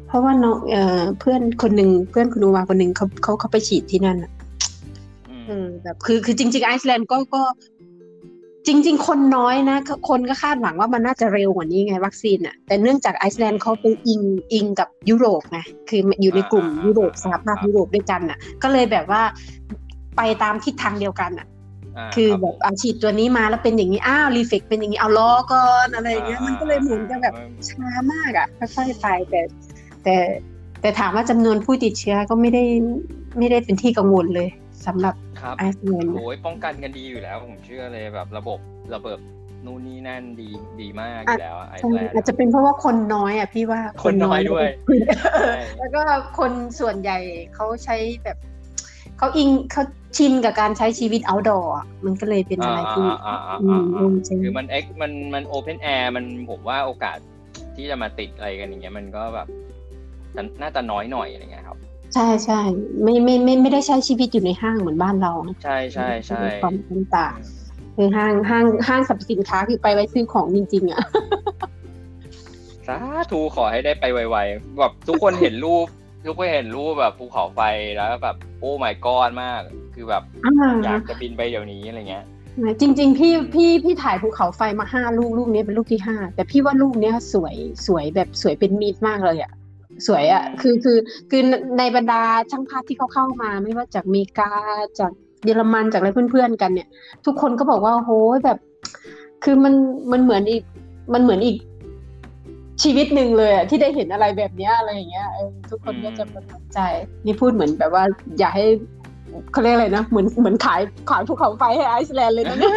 เพราะว่าน้องเอ่อเพื่อนคนหนึ่งเพื่อนคุณอูวาคนหนึ่งเขาเขาเขาไปฉีดที่นั่นอ่ะเออแบบคือคือจริงๆไอซ์แลนด์ก็ก็จริงๆคนน้อยนะคนก็คาดหวังว่ามันน่าจะเร็วกว่านี้ไงวัคซีนอ่ะแต่เนื่องจากไอซ์แลนด์เขาไปอิงอิงกับยุโรปไงคืออยู่ในกลุ่มยุโรปสหภาพยุโรปด้วยกันอ่ะก็เลยแบบว่าไปตามทิศทางเดียวกันอ่ะคือแบบเอาฉีดตัวนี้มาแล้วเป็นอย่างนี้อ้าวรีเฟกเป็นอย่างนี้เอาล้อก่อนอะไรอย่างเงี้ยมันก็เลยเหมือนจะแบบช้ามากอ่ะค่อยๆไปแต่แต่แต่ถามว่าจำนวนผู้ติดเชื้อก็ไม่ได้ไม่ได้เป็นที่กังวลเลยสำหรับไอซ์แลนด์โอ้ยป้องกันกันดีอยู่แล้วผมเชื่อเลยแบบระบบระเบิดนู่นนี่นั่นดีดีมากอยู่แล้วไอซ์แลนด์อาจจะเป็นเพราะว่าคนน้อยอ่ะพี่ว่าคนน้อยด้วยแล้วก็คนส่วนใหญ่เขาใช้แบบเขาอิงเขาชินกับการใช้ชีวิต outdoor อ่ะมันก็เลยเป็นอะไรที่คือมันเอ็กมันมันโอเพนแอร์มันผมว่าโอกาสที่จะมาติดอะไรกันอย่างเงี้ยมันก็แบบน่าจะน้อยหน่อยอะไรเงี้ยครับใช่ใช่ไม่ไม่ไม่ไม่ได้ใช้ชีวิตอยู่ในห้างเหมือนบ้านเราใช่ใช่ใช่ความต่างคือห้างห้างห้างสรรพสินค้าคือไปไว้ซื้อของจริงๆอ่ะสาธุขอให้ได้ไปไวๆแบบทุกคนเห็นรูปทุกคนเห็นรูปแบบภูเขาไฟแล้วแบบโอ้ my god มากคือแบบอยากจะบินไปเดี๋ยวนี้อะไรเงี้ยจริงๆพี่พี่พี่ถ่ายภูเขาไฟมาห้าลูกลูกนี้เป็นลูกที่ห้าแต่พี่ว่าลูกนี้สวยสวยแบบสวยเป็นมีดมากเลยอ่ะสวยอ่ะคือคือคือในบรรดาช่างภาพที่เขาเข้ามาไม่ว่าจากอเมริกาจากเยอรมันจากอะไรเพื่อนๆกันเนี่ยทุกคนก็บอกว่าโหแบบคือมันมันเหมือนอีกมันเหมือนอีกชีวิตหนึ่งเลยอ่ะที่ได้เห็นอะไรแบบนี้อะไรอย่างเงี้ยทุกคนก็จะประทับใจนี่พูดเหมือนแบบว่าอยากให้เขาเรียกอะไรนะเหมือนเหมือนขายขายภูเขาไฟให้ไอซ์แลนด์เลยนะเนี่ย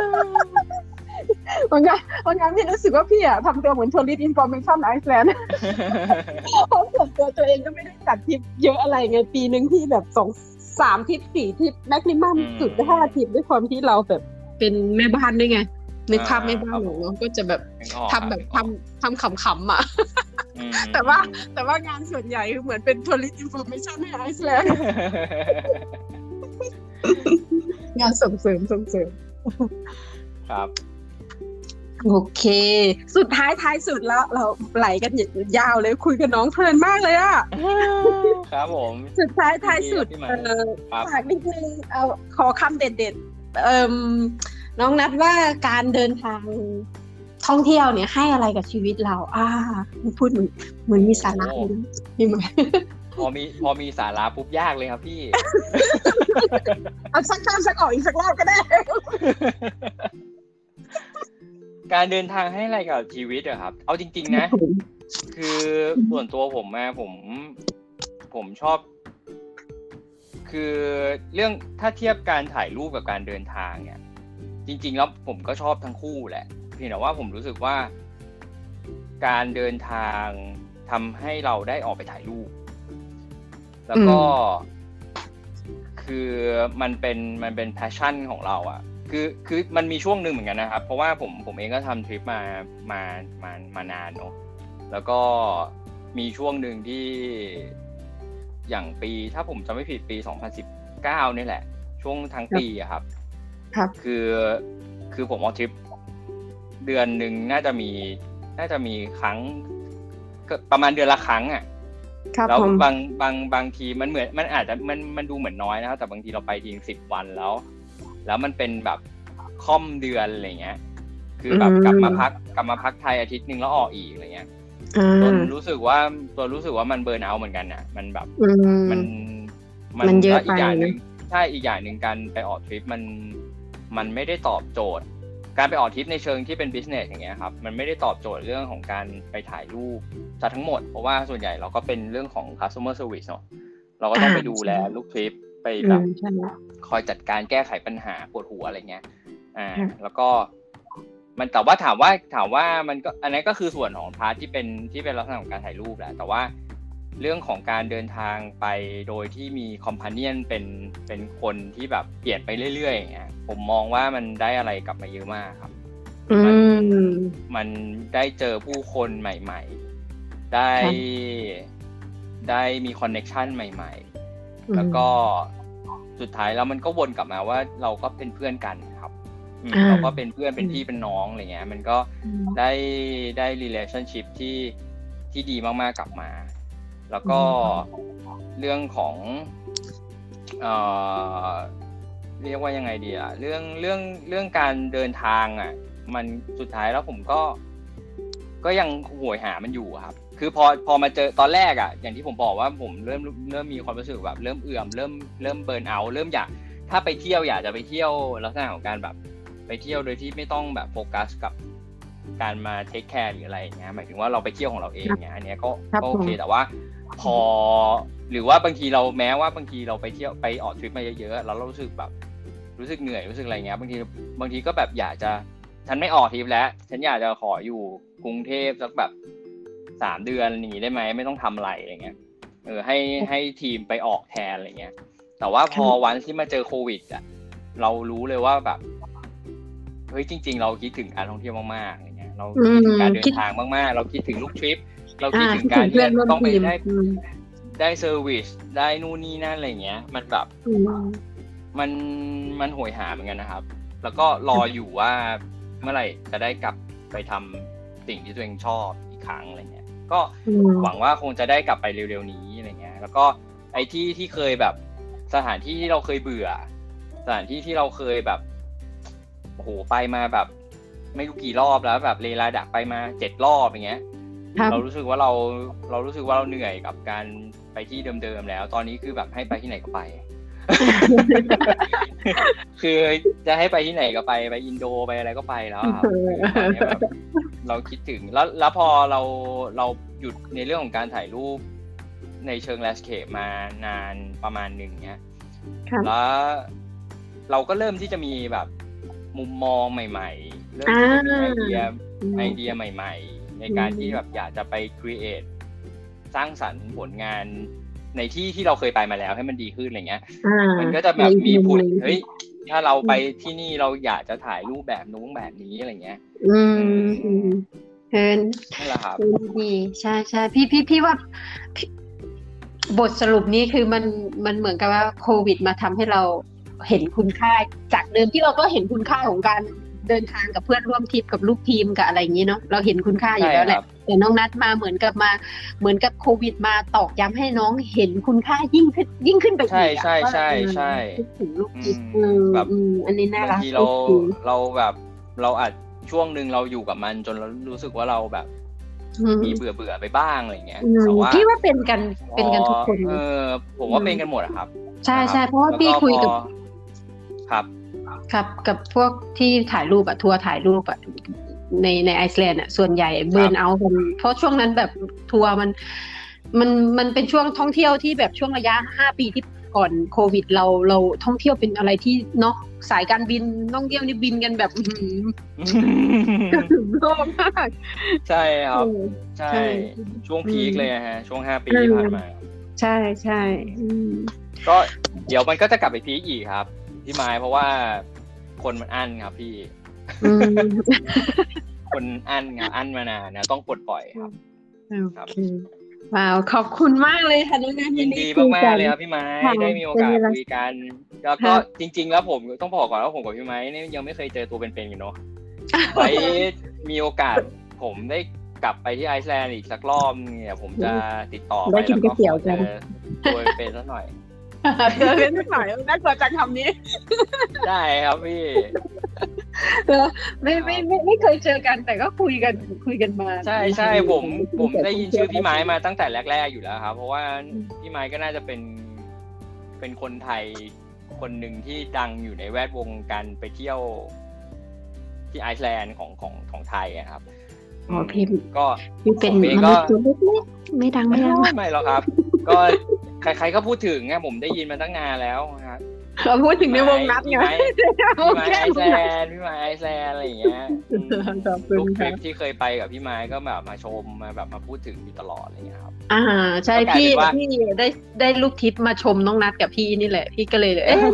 วันงั้นวันงั้นพี่รู้สึกว่าพี่อะทำตัวเหมือน Tourist Information ไอซ์แลนด์เพราะส่วนตัวตัวเองก็ไม่ได้จัดทริปเยอะอะไรไงปีนึงที่แบบสองสามทริปสี่ทริปแม็กซิมัมสุดห้าทริปด้วยความที่เราแบบเป็นแม่บ้านด้วยไงนึกภาพแม่บ้านหนูเนาะก็จะแบบทำแบบทำทำขำๆอ่ะแต่ว่าแต่ว่างานส่วนใหญ่คือเหมือนเป็น Tourist Information ให้ไอซ์แลนด์งานส่งเสริมส่งเสริมครับโอเคสุดท้ายท้ายสุดแล้วเราไหลกันยาวเลยคุยกับน้องเพลินมากเลยอ่ะครับผมสุดท้ายท้ายสุดฝากนิดนึงเอาขอคำเด็ดๆเอ่อน้องนัดว่าการเดินทางท่องเที่ยวเนี่ยให้อะไรกับชีวิตเราอ่าพูดเหมือนเหมือนมีสาระเลยพี่ไหมพอมีพอมีสาระปุ๊บยากเลยครับพี่เอาสักคำสักออกอีกสักรอบก็ได้การเดินทางให้อะไรกับชีวิตอะครับเอาจริงๆนะคือส่วนตัวผมอะผมผมชอบคือเรื่องถ้าเทียบการถ่ายรูปกับการเดินทางเนี่ยจริงๆแล้วผมก็ชอบทั้งคู่แหละเพียงแต่ว่าผมรู้สึกว่าการเดินทางทำให้เราได้ออกไปถ่ายรูปแล้วก็คือมันเป็นมันเป็นแพชชั่นของเราอะคือคือมันมีช่วงหนึ่งเหมือนกันนะครับเพราะว่าผมผมเองก็ทำทริปมามามามานานเนาะแล้วก็มีช่วงหนึ่งที่อย่างปีถ้าผมจำไม่ผิดปีสองพันสิบเก้านี่แหละช่วงทั้งปีอะครับครับคือคือผมเอาทริปเดือนหนึ่งน่าจะมีน่าจะมีครั้งประมาณเดือนละครั้งอะแล้วบางบางบางทีมันเหมือนมันอาจจะมันมันดูเหมือนน้อยนะครับแต่บางทีเราไปทีสิบวันแล้วแล้วมันเป็นแบบค่อมเดือนอะไรเงี้ยคือแบบกลับมาพักกลับมาพักไทยอาทิตย์นึงแล้วออกอีกอะไรเงี้ยจนรู้สึกว่าตัวรู้สึกว่ามันเบิร์นเอาท์เหมือนกันน่ะมันแบบมันมันเยอะไปอีกอย่างนึงใช่อีกอย่างนึงการไปออกทริปมันมันไม่ได้ตอบโจทย์การไปออกทริปในเชิงที่เป็นบิสเนสอย่างเงี้ยครับมันไม่ได้ตอบโจทย์เรื่องของการไปถ่ายรูปซะทั้งหมดเพราะว่าส่วนใหญ่เราก็เป็นเรื่องของ customer service เนาะเราก็ต้องไปดูแลลูกทริปไปแบบคอยจัดการแก้ไขปัญหาปวดหัวอะไรเงี้ยอ่าแล้วก็มันแต่ว่าถามว่าถามว่ามันก็อันนั้นก็คือส่วนของพาร์ทที่เป็นที่เป็นลักษณะของการถ่ายรูปแหละแต่ว่าเรื่องของการเดินทางไปโดยที่มีคอมพาเนียนเป็นเป็นคนที่แบบเปลี่ยนไปเรื่อยๆอย่างเงี้ยผมมองว่ามันได้อะไรกลับมาเยอะมากครับมันมันได้เจอผู้คนใหม่ๆได้ได้มีคอนเนคชั่นใหม่ๆแล้วก็สุดท้ายแล้วมันก็วนกลับมาว่าเราก็เป็นเพื่อนกันครับเราก็เป็นเพื่อนเป็นพี่เป็นน้องอะไรเงี้ยมันก็ได้ได้ relationship ที่ที่ดีมากๆกลับมาแล้วก็เรื่องของเอ่อเรียกว่ายังไงดีอ่ะเรื่องเรื่องเรื่องการเดินทางอ่ะมันสุดท้ายแล้วผมก็ก็ยังโหยหามันอยู่ครับคือพอพอมาเจอตอนแรกอ่ะอย่างที่ผมบอกว่าผมเริ่มเริ่มมีความรู้สึกแบบเริ่มเอื่อมเริ่มเริ่มเบิร์นเอาท์เริ่มอยากถ้าไปเที่ยวอยากจะไปเที่ยวลักษณะของการแบบไปเที่ยวโดยที่ไม่ต้องแบบโฟกัสกับการมาเทคแคร์หรืออะไรอย่างเงี้ยหมายถึงว่าเราไปเที่ยวของเราเองเนี่ยอันเนี้ยก็ก็โอเคแต่ว่าพอหรือว่าบางทีเราแม้ว่าบางทีเราไปเที่ยวไปออกทริปมาเยอะๆแล้วเรารู้สึกแบบรู้สึกเหนื่อยรู้สึกอะไรเงี้ยบางทีบางทีก็แบบอยากจะฉันไม่ออกทริปแล้วฉันอยากจะขออยู่กรุงเทพสักแบบสามเดือนอย่างนี้ได้ไหมไม่ต้องทำอะไรอะไรเงี้ยเออให้ให้ทีมไปออกแทนอะไรเงี้ยแต่ว่าพอวันที่มาเจอโควิดอ่ะเรารู้เลยว่าแบบเฮ้ยจริงๆเราคิดถึงการท่องเที่ยวมากๆอะไรเงี้ยเราคิดถึงการเดินทางมากๆเราคิดถึงลูกทริปเราคิดถึงการที่ต้องไปได้ได้เซอร์วิสได้นู่นนี่นั่นอะไรเงี้ยมันแบบมันมันโหยหาเหมือนกันนะครับแล้วก็รออยู่ว่าเมื่อไหร่จะได้กลับไปทำสิ่งที่ตัวเองชอบอีกครั้งอะไรเงี้ยก็หวังว่าคงจะได้กลับไปเร็วๆนี้อะไรเงี้ยแล้วก็ไอ้ที่ที่เคยแบบสถานที่ที่เราเคยเบื่อสถานที่ที่เราเคยแบบโอ้โหไปมาแบบไม่รู้กี่รอบแล้วแบบเลลาดักไปมาเจ็ดรอบอย่างเงี้ยเรารู้สึกว่าเราเรารู้สึกว่าเราเหนื่อยกับการไปที่เดิมๆแล้วตอนนี้คือแบบให้ไปที่ไหนก็ไป คือจะให้ไปที่ไหนก็ไปไปอินโดไปอะไรก็ไปแล้วครับตอนนี้แบบเราคิดถึงแล้วแล้วพอเราเราหยุดในเรื่องของการถ่ายรูปในเชิงแลนด์สเคปมานานประมาณหนึ่งเนี้ยแล้วเราก็เริ่มที่จะมีแบบมุมมองใหม่ๆเริ่มที่จะมีไอเดียไอเดียใหม่ๆในการที่แบบอยากจะไป create สร้างสรรค์ผลงานในที่ที่เราเคยไปมาแล้วให้มันดีขึ้นอะไรเงี้ยมันก็จะแบบมีผุดเฮ้ยถ้าเราไปที่นี่เราอยากจะถ่ายรูปแบบนู้นแบบนี้อะไรเงี้ยอืมเห็นนั่นแหละครับดีใช่ใช่พี่พี่พี่ว่าบทสรุปนี้คือมันมันเหมือนกับว่าโควิดมาทำให้เราเห็นคุณค่าจากเดิมที่เราก็เห็นคุณค่าของการเดินทางกับเพื่อนร่วมทริปกับลูกทีมกับอะไรอย่างนี้เนาะเราเห็นคุณค่าอยู่แล้วแหละแต่น้องนัทมาเหมือนกับมาเหมือนกับโควิดมาตอกย้ำให้น้องเห็นคุณค่ายิ่งขึ้นยิ่งขึ้นไปอีกใช่ใช่ใช่ใช่ถึงลูกทีมแบบอันนี้น่ารักบางทีเราเราแบบเราอาจช่วงนึงเราอยู่กับมันจนเรารู้สึกว่าเราแบบมีเบื่อเบื่อไปบ้างอะไรเงี้ยแต่ว่าพี่ว่าเป็นกันเป็นกันทุกคนเออผมว่าเป็นกันหมดอะครับใช่ใช่เพราะว่าพี่คุยกับครับครับกับพวกที่ถ่ายรูปอะทัวร์ถ่ายรูปอะในในไอซ์แลนด์อะส่วนใหญ่เบิร์นเอาท์กันเพราะช่วงนั้นแบบทัวร์มันมันมันเป็นช่วงท่องเที่ยวที่แบบช่วงระยะห้าปีที่ก่อนโควิดเราเราท่องเที่ยวเป็นอะไรที่เนาะสายการบินท่องเที่ยวนี่บินกันแบบถึงโลกมากใช่ครับใช่ช่วงพีคเลยฮะช่วงห้าปีที่ผ่านมาใช่ใช่ก็เดี๋ยวมันก็จะกลับไปพีคอีกครับพี่ไม้เพราะว่าคนมันอั้นครับพี่คนอั้นครับอั้นมานานนะต้องปลดปล่อยครับครับว้าวขอบคุณมากเลยค่ะน้องนัทยินดีมากๆเลยครับพี่ไม้ได้มีโอกาสคุยกันแล้วก็จริงๆแล้วผมต้องบอกก่อนว่าผมกับพี่ไม้นี่ยังไม่เคยเจอตัวเป็นๆอยู่เนาะไว้มีโอกาสผมได้กลับไปที่ไอซ์แลนด์อีกสักรอบเนี่ยผมจะติดต่อไปแล้วก็ขอเจอตัวเป็นๆสักหน่อยเจอเป็นสักหน่อยน่ากลัวจังคำนี้ได้ครับพี่ไม่ไม่ไม่ไม่เคยเจอกันแต่ก็คุยกันคุยกันมาใช่ใช่ผมผมได้ยินชื่อพี่ไม้มาตั้งแต่แรกๆอยู่แล้วครับเพราะว่าพี่ไม้ก็น่าจะเป็นเป็นคนไทยคนหนึ่งที่ดังอยู่ในแวดวงการไปเที่ยวที่ไอซ์แลนด์ของของของไทยครับอ๋อพี่ก็พี่เป็นมนุษย์ตัวเล็กๆไม่ดังไม่ดังไม่หรอกครับก็ใครๆก็พูดถึงไงผมได้ยินมาตั้งนานแล้วครับเขาพูดถึงในวงนัดไงพี่ไม้ไอซ์แลนด์พี่ไม้ไอซ์แลนด์อะไรอย่างเงี้ยทุกทริปที่เคยไปกับพี่ไม้ก็แบบมาชมมาแบบมาพูดถึงอยู่ตลอดอะไรอย่างเงี้ยครับอ่าใช่พี่พี่ได้ได้ลูกทิปมาชมน้องนัดกับพี่นี่แหละพี่ก็เลยเอ๊ะ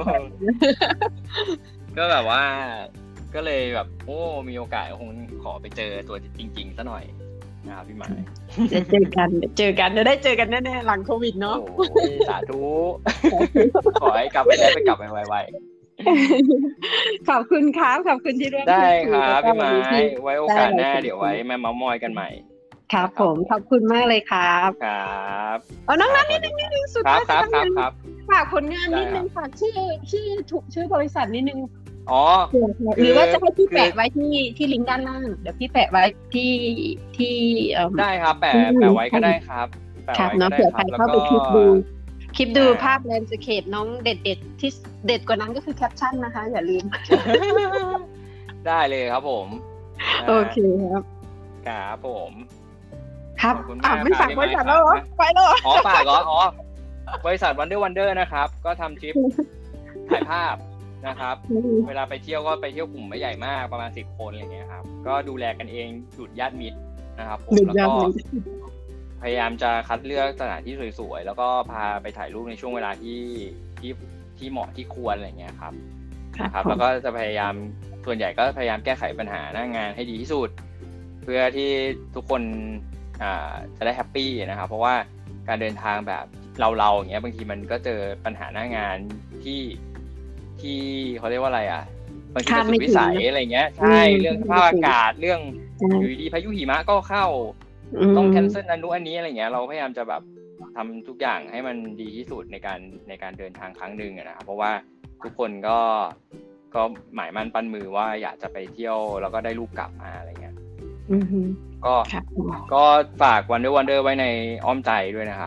ก็แบบว่าก็เลยแบบโอ้มีโอกาสคงขอไปเจอตัวจริงๆซะหน่อยนะครับพี่ไม้จะเจอกันเจอกันจะได้เจอกันแน่ๆหลังโควิดเนาะโอ้ยสาธุขอให้กลับไปได้ไปกลับไปไวๆขอบคุณครับขอบคุณที่ร่วมได้ครับพี่ไม้ไว้โอกาสหน้าเดี๋ยวไว้มาเม้ามอยกันใหม่ครับผมขอบคุณมากเลยครับครับเอาน้องนัทนิดนึงนิดนึงสุดครัท้าบยครับครับครับฝากผลงานนิดนึงฝากชื่อชื่อถูกชื่อบริษัทนิดนึงอ๋อหรือว่าจะให้พี่แปะไว้ที่ที่ลิงก์ด้านล่างเดี๋ยวพี่แปะไว้ที่ที่เอ่อได้ครับแปะแปะไว้ก็ได้ครับแปะครับไว้ก็เนาะได้เผื่อคใครรับแล้วเข้าไปก็คลิปดูคลิปดูอ่าภาพแลนด์สเคปน้องเด็ดเด็ดๆที่เด็ดกว่านั้นก็คือแคปชั่นนะคะ อย่าลืมได้เลยครับผมโอเคครับครับผมครับขอบคุณอ่ะมากไม่ฝากครับบริษัทพี่แล้วเหรอไมค์ไปแล้วเหรออ๋อฝากเหรออ๋อบริษัท Wonder Wonder นะครับ ก็ทำทริปถ่ายภาพนะครับ เวลาไปเที่ยวก็ไปเที่ยวกลุ่มไม่ใหญ่มากประมาณสิบคนอะไรเงี้ยครับก็ดูแลกันเองหยุดญาติมิตรนะครับผมหยุดแล้วญาก็ติมิตรพยายามจะคัดเลือกสถานที่สวยๆแล้วก็พาไปถ่ายรูปในช่วงเวลาที่ที่ที่เหมาะที่ควรอะไรเงี้ยครับนะครับแล้วก็จะพยายามส่วนใหญ่ก็พยายามแก้ไขปัญหาหน้างานให้ดีที่สุด เพื่อที่ทุกคนอ่าจะได้แฮปปี้นะครับเพราะว่าการเดินทางแบบเราๆอย่างเงี้ยบางทีมันก็เจอปัญหาหน้างานที่ที่เขาเรียกว่าอะไรอ่ะบางทีเป็นสุดวิสัยอะไรเงี้ยใช่เรื่องสภาพอากาศเรื่องอยู่ดีพายุหิมะก็เข้าต้องแคนเซิลอันนู้นอันนี้อะไรเงี้ยเราพยายามจะแบบทำทุกอย่างให้มันดีที่สุดในการในการเดินทางครั้งหนึ่งนะครับเพราะว่าทุกคนก็ก็หมายมั่นปั้นมือว่าอยากจะไปเที่ยวแล้วก็ได้รูปกลับมาอะไรเงี้ยก็ก็ฝาก Wonder Wonder ไว้ในอ้อมใจด้วยนะครับ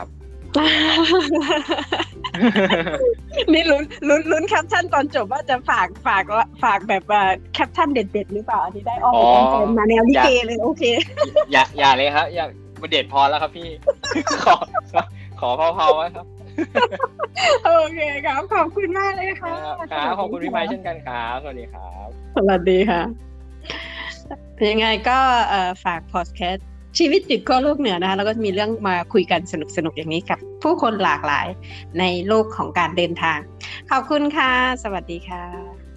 นี่ลุ้นลุ้นลุ้นแคปชั่นตอนจบว่าจะฝากฝากฝากแบบว่าแคปชั่นเด็ดๆหรือเปล่าอันนี้ได้อ้อมอ้อมใจมาแนวลิเกเลยโอเคอย่าอย่าเลยครับอย่าเด็ดพอแล้วครับพี่ ขอขอเผาๆไว้ครับโอเคครับขอบคุณมากเลยค่ะครับขอบคุณพี่ไมค์เช่นกันครับสวัสดีครับสวัสดีค่ะยังไงก็ฝากพอดแคสต์ชีวิตติดขั้วโลกเหนือนะคะแล้วก็มีเรื่องมาคุยกันสนุกๆอย่างนี้กับผู้คนหลากหลายในโลกของการเดินทางขอบคุณค่ะสวัสดีค่ะ